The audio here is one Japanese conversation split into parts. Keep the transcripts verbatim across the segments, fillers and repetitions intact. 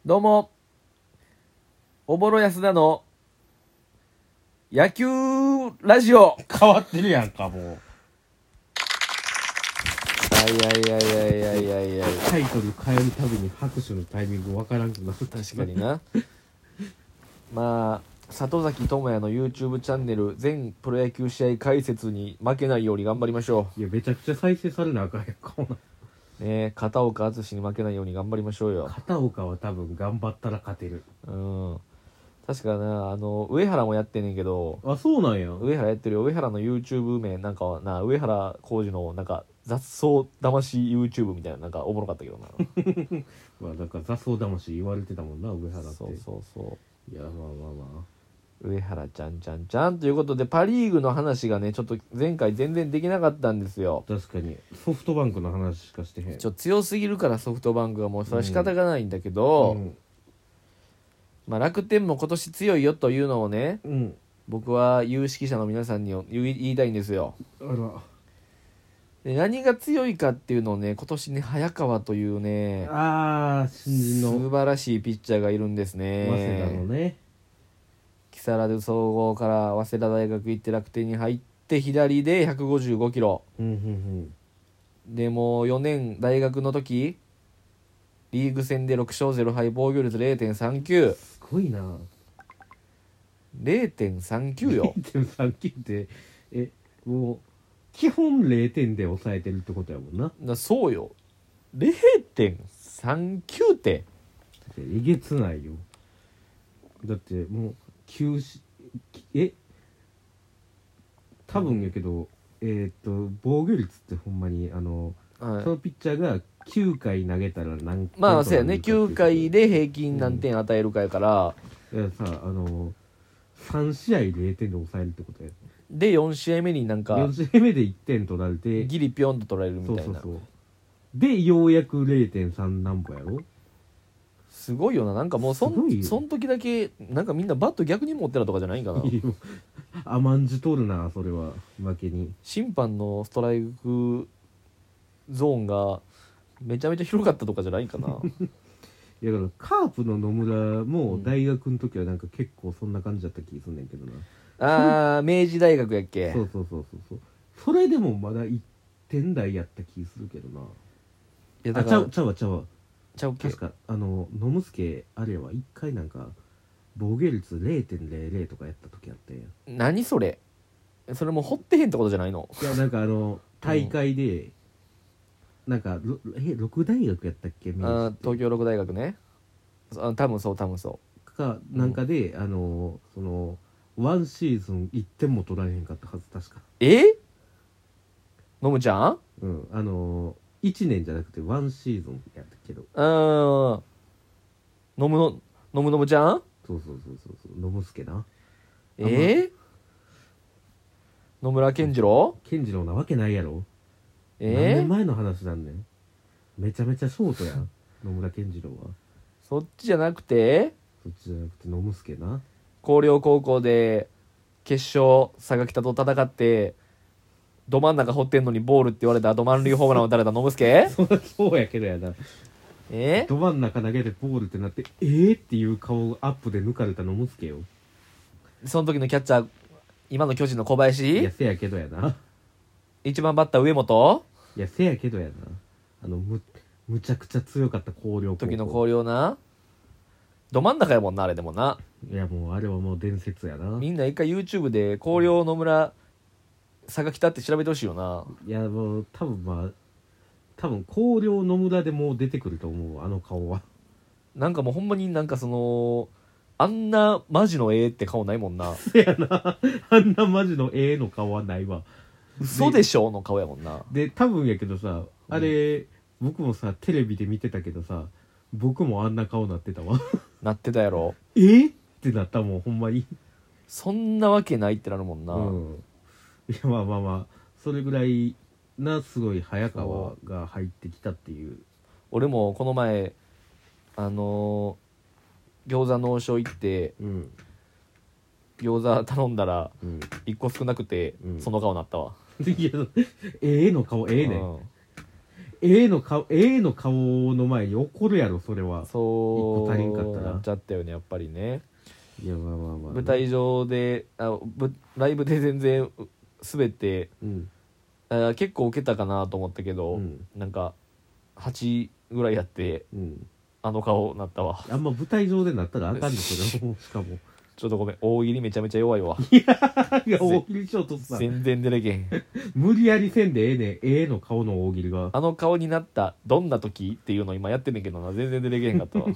どうもおぼろ安田の野球ラジオ。 変わってるやんかもう。 いやいやいやいやいやいやタイトル変えるたびに拍手のタイミングわからんくなる。 確かにな。まあ里崎智也の YouTube チャンネル全プロ野球試合解説に負けないように頑張りましょいやめちゃくちゃ再生されなあかんやんかもな。 うね。片岡敦に負けないように頑張りましょうよ。 片岡は多分頑張ったら勝てる。 うん確かな、あの上原もやってんねんけど、 あ、そうなんや。 上原やってるよ。上原の YouTube 名なんかはな、上原浩二のなんか雑草魂 YouTube みたいな、なんかおもろかったけどな。 まあなんか雑草魂言われてたもんな上原って。 そうそうそういやまあまあま上原ちゃんちゃんちゃんということで、パリーグの話がねちょっと前回全然できなかったんですよ。 あ確かにソフトバンクの話しかしてへん。 ちょっと強すぎるからソフトバンクが、もうそれは仕方がないんだけど、 うんまあ、楽天も今年強いよというのをね、 うん僕は有識者の皆さんに言い言いたいんですよ。 あらで何が強いかっていうのをね、今年ね早川というねあー新人の素晴らしいピッチャーがいるんですね。 早稲田のね。 木更津総合から早稲田大学行って楽天に入って、左でひゃくごじゅうごキロうんうんで、もうよねん大学の時リーグ戦でろく勝ぜろ敗、防御率 れいてんさんきゅう。 すごいな。 れいてんさんきゅう よ。 れいてんさんきゅう ってえもう基本れいてんで抑えてるってことやもんな。 なそうよ れいてんさんきゅう ってえげつないよ。だってもう休止え多分やけど、えーっと防御率ってほんまにあの、 はい、 そのピッチャーがきゅうかい投げたら何点まあそうやね、 取られるかっていうきゅうかいで平均何点与えるかやから、 いやさあのさん試合れいてんで抑えるってことや。 でよん試合目になんかよん試合目でいってん取られてギリピョンと取られるみたいな。 そうそうそうでようやく れいてんさん なんぼやろ。 すごいよな。なんかもうそんすごいよそん時だけなんかみんなバット逆に持ってたとかじゃないんかな。 いや甘んじとるなそれは負けに。 審判のストライクゾーンがめちゃめちゃ広かったとかじゃないんかな。 いやだからカープの野村も大学の時はなんか結構そんな感じだった気すんねんけどな。 あー明治大学やっけ。 そうそうそうそうそう。それでもまだいってん台やった気するけどな。 いやだからあちゃうちゃうわちゃうわ。 ちゃうっけ。 確かあの野村助あれは一回なんか防御率 れいてんぜろぜろ とかやった時あったんや。 何それ。それもう掘ってへんってことじゃないの。 いやなんかあの大会で、なんかろえ六大学やったっけ明治ってあー東京六大学ね。あ多分そう多分そかなんかで、あのそのワンシーズンいってんも取られへんかったはず確か。 う。えのむちゃん。 うんあのいちねんじゃなくてワンシーズンやったけど。 うーんのむののむのむちゃん。 そうそうそうそうそう野村助な。 えー、野村健次郎。 健次郎なわけないやろ。何えー、 年前の話なんねん。めちゃめちゃショートやん野村健次郎は。 そっちじゃなくてそっちじゃなくて野村助な。 広陵高校で決勝佐賀北と戦ってど真ん中掘ってんのにボールって言われた後満塁ホームラン打たれた野助。 そうそうやけどやな。 えど真ん中投げてボールってなってえーっていう顔をアップで抜かれた野村助よ。 その時のキャッチャー今の巨人の小いや林。 せやけどやな。 一番バッター上本いやせやけどやな。あのむむちゃくちゃ強かった広陵高校時の広陵な。ど真ん中やもんなあれ。でもないやもうあれはもう伝説やな。 みんな一回 YouTube で広陵野村佐賀北って調べてほしいよな。 いやもう多分まあ多分広陵野村でもう出てくると思うあの顔は。 なんかもうほんまになんかそのあんなマジのええって顔ないもんな。 せやな。あんなマジのええの顔はないわ。 嘘でしょの顔やもんな。 で多分やけどさあれ、僕もさテレビで見てたけどさ僕もあんな顔なってたわ。 なってたやろ。 えってなったもんほんまに。 そんなわけないってなるもんな、 うんいやまあまあまあそれぐらいなすごい早川が入ってきたっていう。 俺もこの前あのー、餃子の王将行ってうん餃子頼んだらうんいっこ少なくて、 うんその顔なったわ。 いやええの顔ええねん。 うん A の顔 A の顔の前に怒るやろそれは。 そう一個足りんかったらなっちゃったよねやっぱりね。 いやまあまあまあ、 舞台上であぶライブで全然滑って、 うん、 あ結構受けたかなと思ったけど、 うん、 なんかはちぐらいやってうんあの顔なったわ。 あんま舞台上でなったらあかんねそれもしかもちょっとごめん大喜利めちゃめちゃ弱いわ。 いや大喜利しようとさ全然出てけへん。 無理やりせんでええねん A の顔の大喜利が。 あの顔になったどんな時っていうの今やってんねんけどな全然出てけへんかったわ。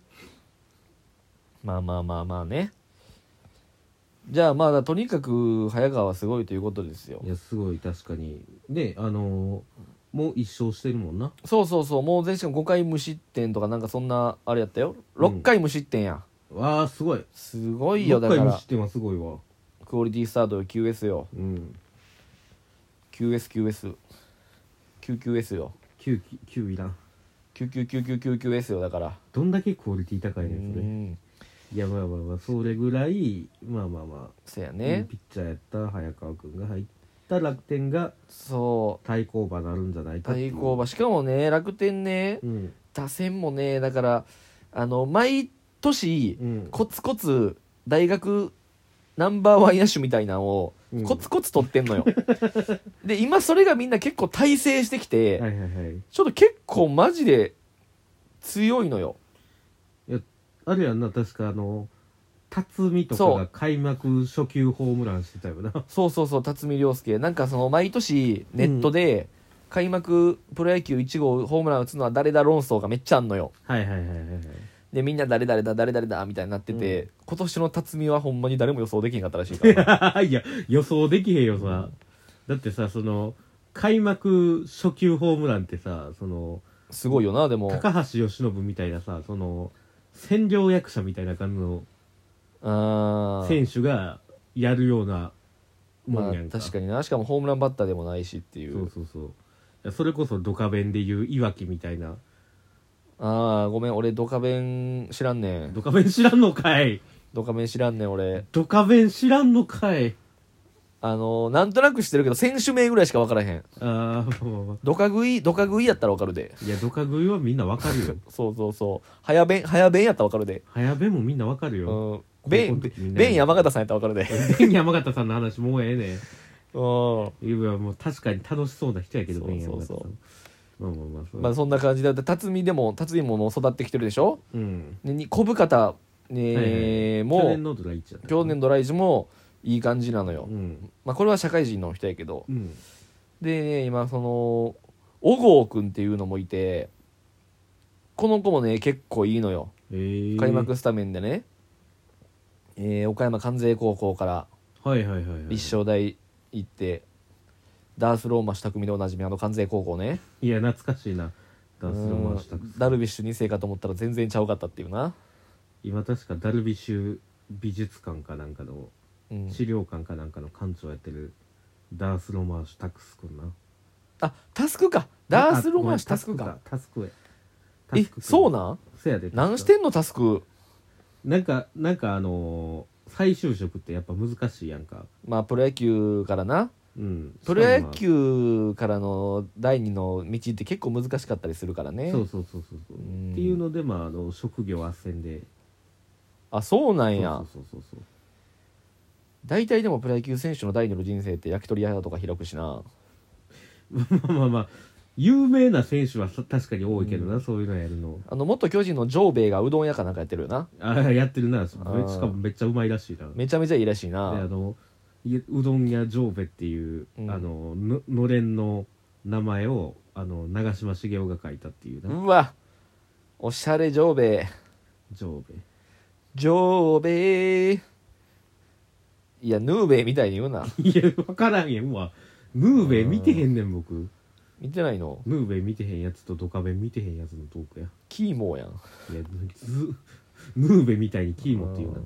まあまあまあまあね。じゃあまあとにかく早川はすごいということですよ。 いやすごい確かにねあのー、もう一勝してるもんな。 そうそうそうもう前しかもごかい無失点とかなんかそんなあれやったよ。ろっかい無失点や、 うん、わあすごいすごいよ。だからろっかい無失点はすごいわ。 クオリティスタートよ キューエス よ、 うん、 キューエスキューエスキューキューエス よきゅうきゅういらんきゅうきゅうきゅうきゅうきゅうきゅうエス よだから。 どんだけクオリティ高いねうんそれ。 んいやまあまあまあそれぐらいまあまあまあそやいいね。 ピッチャーやった早川君が入った楽天がそう対抗馬なるんじゃないかっていう対抗馬しかもね楽天ねうん打線もねだからあの毎年うんコツコツ大学ナンバーワン野手みたいなのをうんコツコツ取ってんのよ、で今それがみんな結構大成してきて、 はいはいはいちょっと結構マジで強いのよ。 あれやんな確かあの辰巳とかそうが開幕初球ホームランしてたよな。 そうそうそう辰巳涼介なんかその毎年ネットで開幕プロ野球いち号ホームラン打つのは誰だ論争がめっちゃあんのよ。 はいはいはいはいはいでみんな誰々だ誰々だみたいになってて、うん、今年の辰巳はほんまに誰も予想できへんかったらしいからいや予想できへんよさ、うん、だってさその開幕初球ホームランってさそのすごいよな。でも高橋由伸みたいなさその占領役者みたいな感じのあ選手がやるようなもんやんか、 まあ、確かにな。しかもホームランバッターでもないしっていう。 そうそうそういやそれこそドカベンでいういわきみたいな。 ああごめん俺ドカベン知らんねん。 ドカベン知らんのかい。 ドカベン知らんねん俺。 ドカベン知らんのかい。 あのー、なんとなく知ってるけど選手名ぐらいしか分からへん。 ああまあまあまあドカ食いドカ食いやったら分かるで。 いやドカ食いはみんな分かるよそうそうそう早弁早弁やったら分かるで。 早弁もみんな分かるよ。 うん弁弁山形さんやったら分かるで。 弁山形さんの話もうええねん。 うんいやもう確かに楽しそうな人やけどそうそうそう弁山形さんまあまあまあそう、 まあそんな感じで辰巳でも辰巳ももう育ってきてるでしょ。 うんでに小深田、えーも去年のドライチやった去年のライジもいい感じなのよ、 うんまあ、これは社会人の人やけど、 うんで、ね、今その小郷君っていうのもいてこの子もね結構いいのよ。 えー、 開幕スタメンでね、えー岡山関西高校からはいはいはい、はい、 立正大行ってダースローマシ匠でおなじみあの関西高校ね。 いや懐かしいなダースロマンシタクスダルビッシュに世かと思ったら全然ちゃうかったっていうな。 今確かダルビッシュ美術館かなんかのうん資料館かなんかの館長やってるダースロマンシタクス君な。 あタスクかダースローマンシタタスクか。 タスクえそうなんそやで何してんのタスク。 なんかなんかあのー、再就職ってやっぱ難しいやんか。 まあプロ野球からなうんプロ野球からの第二の道って結構難しかったりするからね。 そうそうそうそうそううんっていうのでまああの職業斡旋であそうなんや。 そうそうそうそう大体でもプロ野球選手の第二の人生って焼き鳥屋とか開くしな。 まあまあまあ有名な選手は確かに多いけどな、うん、そういうのやるの。 あの元巨人のジョーベイがうどん屋かなんかやってるよな。 あやってるな。しかもめっちゃうまいらしいな。 めちゃめちゃいいらしいな。 であのうどん屋ジョーベっていう、うん、あのののれんの名前をあの長嶋茂雄が書いたっていうな。 うわおしゃれジョーベイジョーベジョーベイいやヌーベイみたいに言うな。 いや分からんやんわ。ヌーベイ見てへんねん僕。 見てないの。 ヌーベイ見てへんやつとドカベン見てへんやつのトークや。 キーモーやん。 いやずヌーベイみたいにキーモっていうな。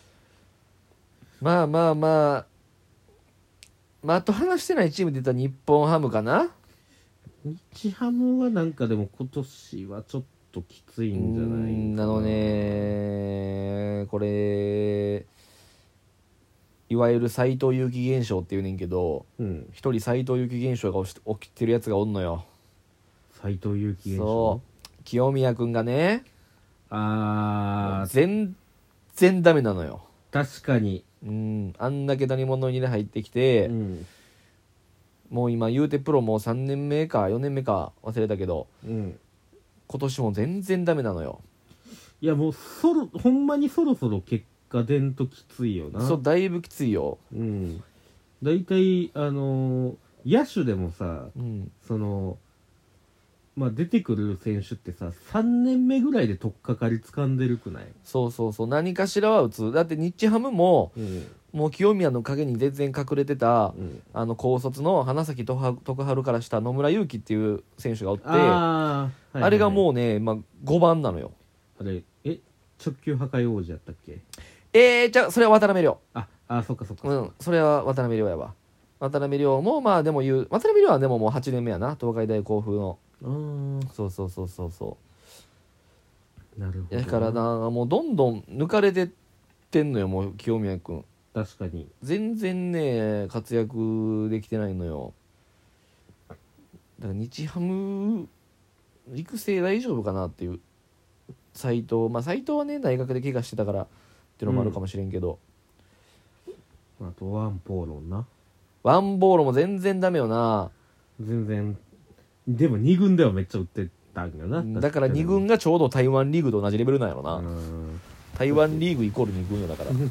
まあまあまあまああと話してないチームで言ったら日本ハムかな。 日ハムはなんかでも今年はちょっときついんじゃないかな。 なのねこれいわゆる斎藤佑樹現象っていうねんけど、 うん、 一人斎藤佑樹現象が起きてるやつがおんのよ。 斎藤佑樹現象。 そう清宮君がねあー全然ダメなのよ。 確かに、 うんあんだけ何者にで入ってきて、 うん、 もう今言うてプロもうさんねんめかよねんめか忘れたけどうん、 今年も全然ダメなのよ。 いやもうそろほんまにそろそろ結果出んときついよな。 そうだいぶきついよ。 うんだいたいあのー野手でもさうんそのまあ出てくる選手ってささんねんめぐらいで取っかかり掴んでるくない？ そうそうそう何かしらは打つ。だって日ハムもうんもう清宮の陰に全然隠れてた、 うんあの高卒の花咲徳栄からした野村祐希っていう選手がおって、 あー、はいはいはい、 あれがもうね、まあ、ごばんなのよ。 あれえ直球破壊王子やったっけ？ えー、じゃあそれは渡辺亮。 ああそっかそっか、 うんそれは渡辺亮やわ。渡辺亮もまあでも言う渡辺亮はでももうはちねんめやな東海大甲府の。 あーそうそうそうそうそなるほどうだからなもうどんどん抜かれてってんのよもう清宮君確かに全然ね活躍できてないのよ。だから日ハム育成大丈夫かなっていう。斉藤まあ斉藤はね大学で怪我してたからっていうのもあるかもしれんけど、 あとワンポーロンなワンボールも全然ダメよな。 全然でもに軍ではめっちゃ打ってたんよな。 だからに軍がちょうど台湾リーグと同じレベルなんやろな、 うん台湾リーグイコールに軍よだから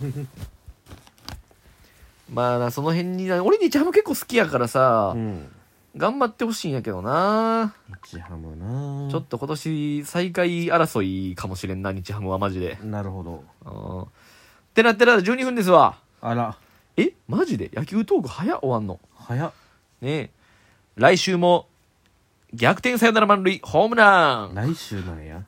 まあなその辺にな俺日ハム結構好きやからさ、 うん頑張ってほしいんやけどな。 日ハムなちょっと今年最下位争いかもしれんな日ハムはマジで。 なるほど。 うんってなってらじゅうにふんですわ。 あらえマジで野球トーク早っ終わんの早っ。 ねえ来週も逆転サヨナラ満塁ホームラン来週なんや。